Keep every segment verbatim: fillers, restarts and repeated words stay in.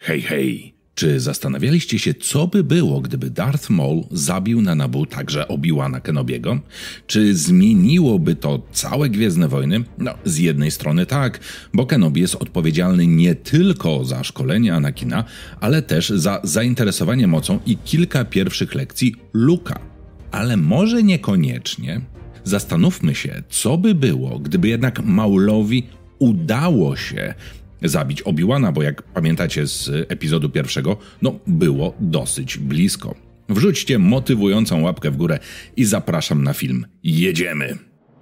Hej, hej! Czy zastanawialiście się, co by było, gdyby Darth Maul zabił na Naboo także Obi-Wana Kenobiego? Czy zmieniłoby to całe Gwiezdne Wojny? No, z jednej strony tak, bo Kenobi jest odpowiedzialny nie tylko za szkolenie Anakina, ale też za zainteresowanie mocą i kilka pierwszych lekcji Luke'a. Ale może niekoniecznie. Zastanówmy się, co by było, gdyby jednak Maulowi udało się zabić Obi-Wana, bo jak pamiętacie z epizodu pierwszego, no było dosyć blisko. Wrzućcie motywującą łapkę w górę i zapraszam na film. Jedziemy!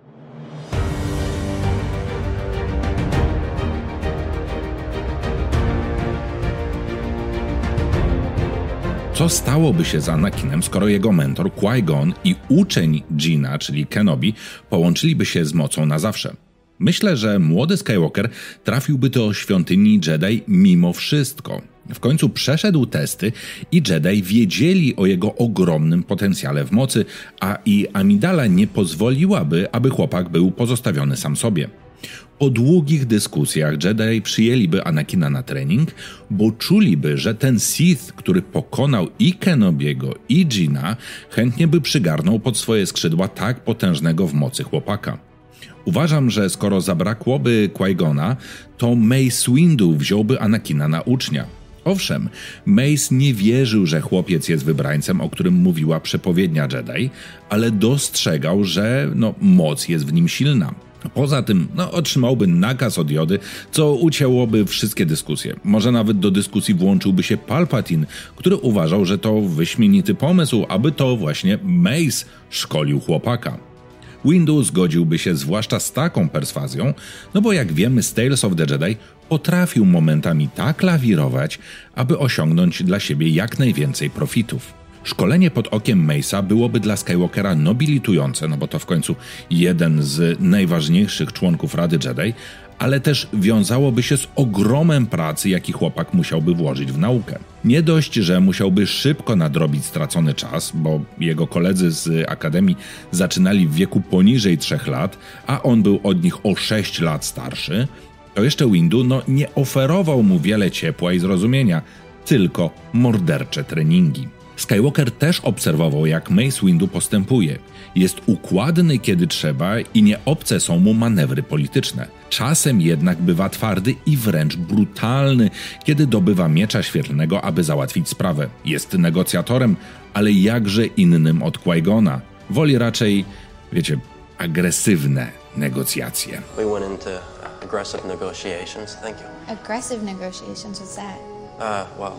Co stałoby się z Anakinem, skoro jego mentor Qui-Gon i uczeń Gina, czyli Kenobi, połączyliby się z mocą na zawsze? Myślę, że młody Skywalker trafiłby do świątyni Jedi mimo wszystko. W końcu przeszedł testy i Jedi wiedzieli o jego ogromnym potencjale w mocy, a i Amidala nie pozwoliłaby, aby chłopak był pozostawiony sam sobie. Po długich dyskusjach Jedi przyjęliby Anakina na trening, bo czuliby, że ten Sith, który pokonał i Kenobiego, i Gina, chętnie by przygarnął pod swoje skrzydła tak potężnego w mocy chłopaka. Uważam, że skoro zabrakłoby Qui-Gona, to Mace Windu wziąłby Anakina na ucznia. Owszem, Mace nie wierzył, że chłopiec jest wybrańcem, o którym mówiła przepowiednia Jedi, ale dostrzegał, że no, moc jest w nim silna. Poza tym no, otrzymałby nakaz od Jody, co ucięłoby wszystkie dyskusje. Może nawet do dyskusji włączyłby się Palpatine, który uważał, że to wyśmienity pomysł, aby to właśnie Mace szkolił chłopaka. Windu zgodziłby się zwłaszcza z taką perswazją, no bo jak wiemy z Tales of the Jedi potrafił momentami tak lawirować, aby osiągnąć dla siebie jak najwięcej profitów. Szkolenie pod okiem Mace'a byłoby dla Skywalkera nobilitujące, no bo to w końcu jeden z najważniejszych członków Rady Jedi, ale też wiązałoby się z ogromem pracy, jaki chłopak musiałby włożyć w naukę. Nie dość, że musiałby szybko nadrobić stracony czas, bo jego koledzy z Akademii zaczynali w wieku poniżej trzech lat, a on był od nich o sześć lat starszy, to jeszcze Windu no, nie oferował mu wiele ciepła i zrozumienia, tylko mordercze treningi. Skywalker też obserwował, jak Mace Windu postępuje. Jest układny, kiedy trzeba i nie obce są mu manewry polityczne. Czasem jednak bywa twardy i wręcz brutalny, kiedy dobywa miecza świetlnego, aby załatwić sprawę. Jest negocjatorem, ale jakże innym od Qui-Gona. Woli raczej, wiecie, agresywne negocjacje. We went into aggressive negotiations. Thank you. Aggressive negotiations, what's that? Uh, well...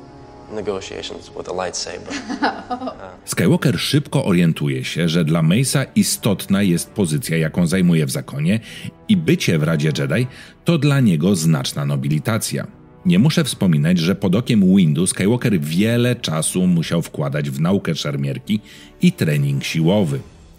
Negotiations with a lightsaber. Skywalker szybko orientuje się, że dla Mace'a istotna jest pozycja, jaką zajmuje w zakonie i bycie w Radzie Jedi to dla niego znaczna nobilitacja. Nie muszę wspominać, że pod okiem Windu Skywalker wiele czasu musiał wkładać w naukę szermierki i trening siłowy.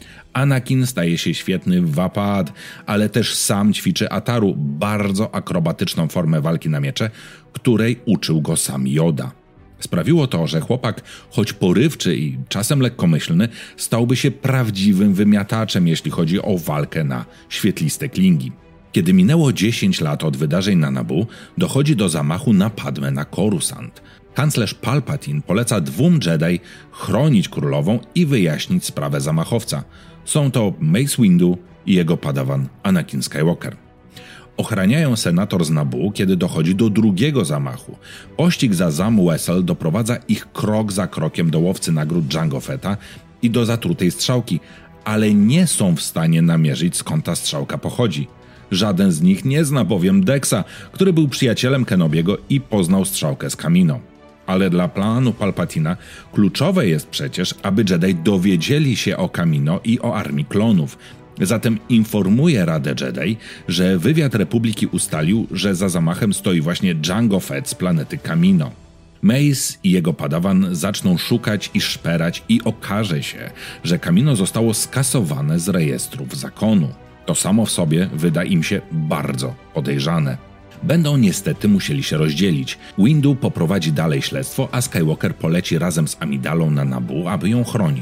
Anakin staje się świetny w Wapad, ale też sam ćwiczy Ataru, bardzo akrobatyczną formę walki na miecze, której uczył go sam Yoda. Sprawiło to, że chłopak, choć porywczy i czasem lekkomyślny, stałby się prawdziwym wymiataczem, jeśli chodzi o walkę na świetliste klingi. Kiedy minęło dziesięć lat od wydarzeń na Naboo, dochodzi do zamachu na Padmę na Coruscant. Kanclerz Palpatine poleca dwóm Jedi chronić królową i wyjaśnić sprawę zamachowca. Są to Mace Windu i jego padawan Anakin Skywalker. Ochraniają senator z Naboo, kiedy dochodzi do drugiego zamachu. Pościg za Zam Wesell doprowadza ich krok za krokiem do łowcy nagród Jango Fetta i do zatrutej strzałki, ale nie są w stanie namierzyć, skąd ta strzałka pochodzi. Żaden z nich nie zna bowiem Dexa, który był przyjacielem Kenobiego i poznał strzałkę z Kamino. Ale dla planu Palpatina kluczowe jest przecież, aby Jedi dowiedzieli się o Kamino i o armii klonów. Zatem informuje Radę Jedi, że wywiad Republiki ustalił, że za zamachem stoi właśnie Jango Fett z planety Kamino. Mace i jego padawan zaczną szukać i szperać i okaże się, że Kamino zostało skasowane z rejestrów zakonu. To samo w sobie wyda im się bardzo podejrzane. Będą niestety musieli się rozdzielić. Windu poprowadzi dalej śledztwo, a Skywalker poleci razem z Amidalą na Naboo, aby ją chronić.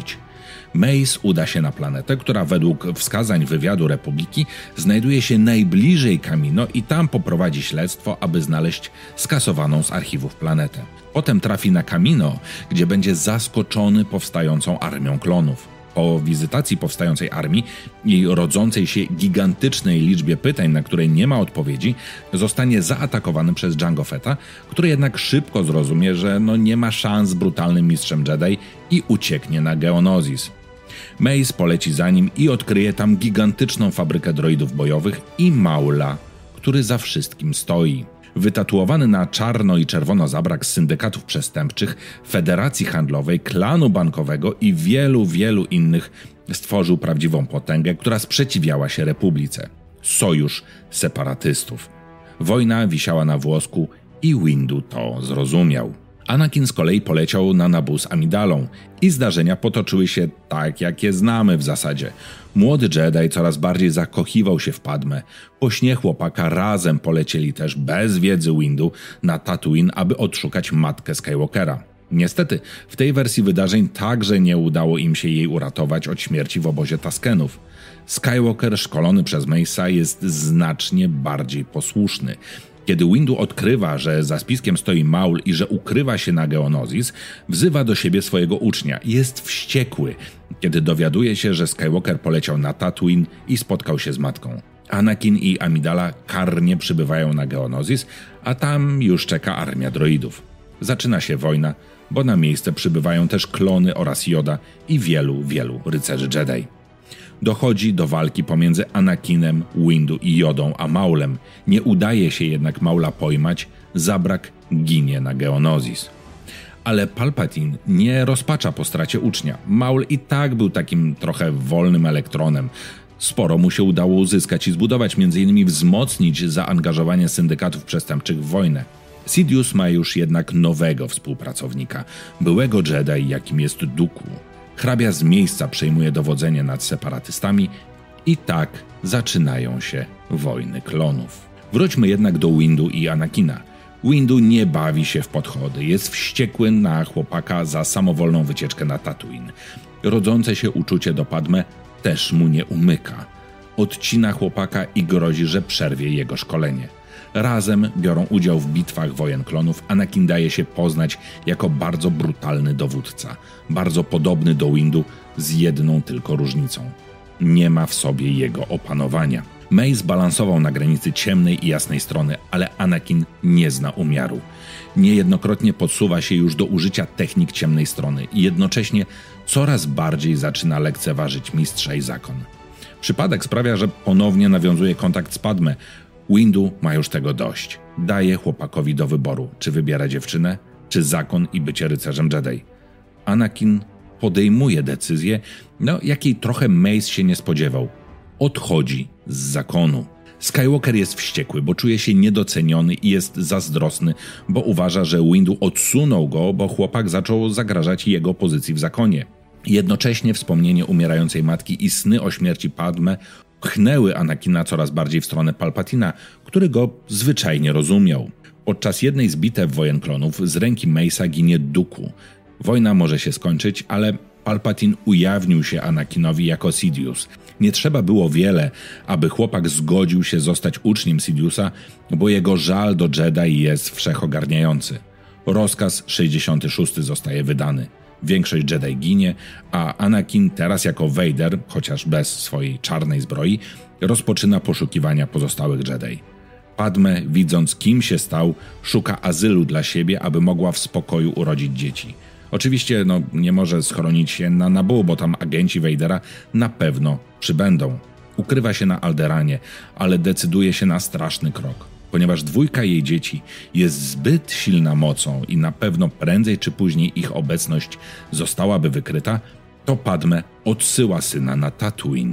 Mace uda się na planetę, która według wskazań wywiadu Republiki znajduje się najbliżej Kamino i tam poprowadzi śledztwo, aby znaleźć skasowaną z archiwów planetę. Potem trafi na Kamino, gdzie będzie zaskoczony powstającą armią klonów. Po wizytacji powstającej armii i rodzącej się gigantycznej liczbie pytań, na które nie ma odpowiedzi, zostanie zaatakowany przez Jango Fetta, który jednak szybko zrozumie, że no nie ma szans z brutalnym mistrzem Jedi i ucieknie na Geonosis. Mace poleci za nim i odkryje tam gigantyczną fabrykę droidów bojowych i Maula, który za wszystkim stoi. Wytatuowany na czarno i czerwono zabrak syndykatów przestępczych, federacji handlowej, klanu bankowego i wielu, wielu innych stworzył prawdziwą potęgę, która sprzeciwiała się Republice. Sojusz separatystów. Wojna wisiała na włosku i Windu to zrozumiał. Anakin z kolei poleciał na Naboo z Amidalą i zdarzenia potoczyły się tak, jak je znamy w zasadzie. Młody Jedi coraz bardziej zakochiwał się w Padme. Po śnie chłopaka razem polecieli też bez wiedzy Windu na Tatooine, aby odszukać matkę Skywalkera. Niestety, w tej wersji wydarzeń także nie udało im się jej uratować od śmierci w obozie Taskenów. Skywalker szkolony przez Mace'a jest znacznie bardziej posłuszny. Kiedy Windu odkrywa, że za spiskiem stoi Maul i że ukrywa się na Geonosis, wzywa do siebie swojego ucznia. Jest wściekły, kiedy dowiaduje się, że Skywalker poleciał na Tatooine i spotkał się z matką. Anakin i Amidala karnie przybywają na Geonosis, a tam już czeka armia droidów. Zaczyna się wojna, bo na miejsce przybywają też klony oraz Yoda i wielu, wielu rycerzy Jedi. Dochodzi do walki pomiędzy Anakinem, Windu i Jodą a Maulem. Nie udaje się jednak Maula pojmać, Zabrak ginie na Geonosis. Ale Palpatine nie rozpacza po stracie ucznia. Maul i tak był takim trochę wolnym elektronem. Sporo mu się udało uzyskać i zbudować, między innymi wzmocnić zaangażowanie syndykatów przestępczych w wojnę. Sidious ma już jednak nowego współpracownika, byłego Jedi, jakim jest Dooku. Hrabia z miejsca przejmuje dowodzenie nad separatystami i tak zaczynają się wojny klonów. Wróćmy jednak do Windu i Anakina. Windu nie bawi się w podchody, jest wściekły na chłopaka za samowolną wycieczkę na Tatooine. Rodzące się uczucie do Padme też mu nie umyka. Odcina chłopaka i grozi, że przerwie jego szkolenie. Razem biorą udział w bitwach wojen klonów. Anakin daje się poznać jako bardzo brutalny dowódca, bardzo podobny do Windu, z jedną tylko różnicą. Nie ma w sobie jego opanowania. Mace balansował na granicy ciemnej i jasnej strony, ale Anakin nie zna umiaru. Niejednokrotnie podsuwa się już do użycia technik ciemnej strony i jednocześnie coraz bardziej zaczyna lekceważyć mistrza i zakon. Przypadek sprawia, że ponownie nawiązuje kontakt z Padme. Windu ma już tego dość. Daje chłopakowi do wyboru, czy wybiera dziewczynę, czy zakon i bycie rycerzem Jedi. Anakin podejmuje decyzję, no jakiej trochę Mace się nie spodziewał. Odchodzi z zakonu. Skywalker jest wściekły, bo czuje się niedoceniony i jest zazdrosny, bo uważa, że Windu odsunął go, bo chłopak zaczął zagrażać jego pozycji w zakonie. Jednocześnie wspomnienie umierającej matki i sny o śmierci Padme pchnęły Anakina coraz bardziej w stronę Palpatina, który go zwyczajnie rozumiał. Podczas jednej z bitew wojen klonów z ręki Mace'a ginie Dooku. Wojna może się skończyć, ale Palpatine ujawnił się Anakinowi jako Sidious. Nie trzeba było wiele, aby chłopak zgodził się zostać uczniem Sidiousa, bo jego żal do Jedi jest wszechogarniający. Rozkaz sześćdziesiąty szósty zostaje wydany. Większość Jedi ginie, a Anakin, teraz jako Vader, chociaż bez swojej czarnej zbroi, rozpoczyna poszukiwania pozostałych Jedi. Padme, widząc kim się stał, szuka azylu dla siebie, aby mogła w spokoju urodzić dzieci. Oczywiście no, nie może schronić się na Naboo, bo tam agenci Vadera na pewno przybędą. Ukrywa się na Alderanie, ale decyduje się na straszny krok. Ponieważ dwójka jej dzieci jest zbyt silna mocą i na pewno prędzej czy później ich obecność zostałaby wykryta, to Padme odsyła syna na Tatooine.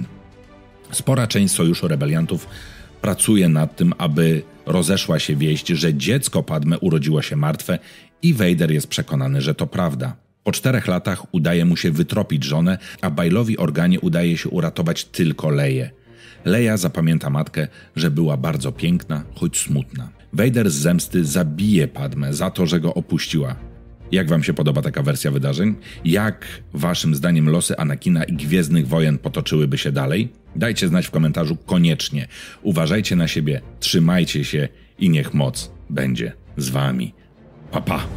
Spora część sojuszu rebeliantów pracuje nad tym, aby rozeszła się wieść, że dziecko Padme urodziło się martwe i Vader jest przekonany, że to prawda. Po czterech latach udaje mu się wytropić żonę, a Bailowi Organie udaje się uratować tylko Leię. Leia zapamięta matkę, że była bardzo piękna, choć smutna. Vader z zemsty zabije Padme za to, że go opuściła. Jak wam się podoba taka wersja wydarzeń? Jak waszym zdaniem losy Anakina i Gwiezdnych Wojen potoczyłyby się dalej? Dajcie znać w komentarzu koniecznie. Uważajcie na siebie, trzymajcie się i niech moc będzie z wami. Pa, pa!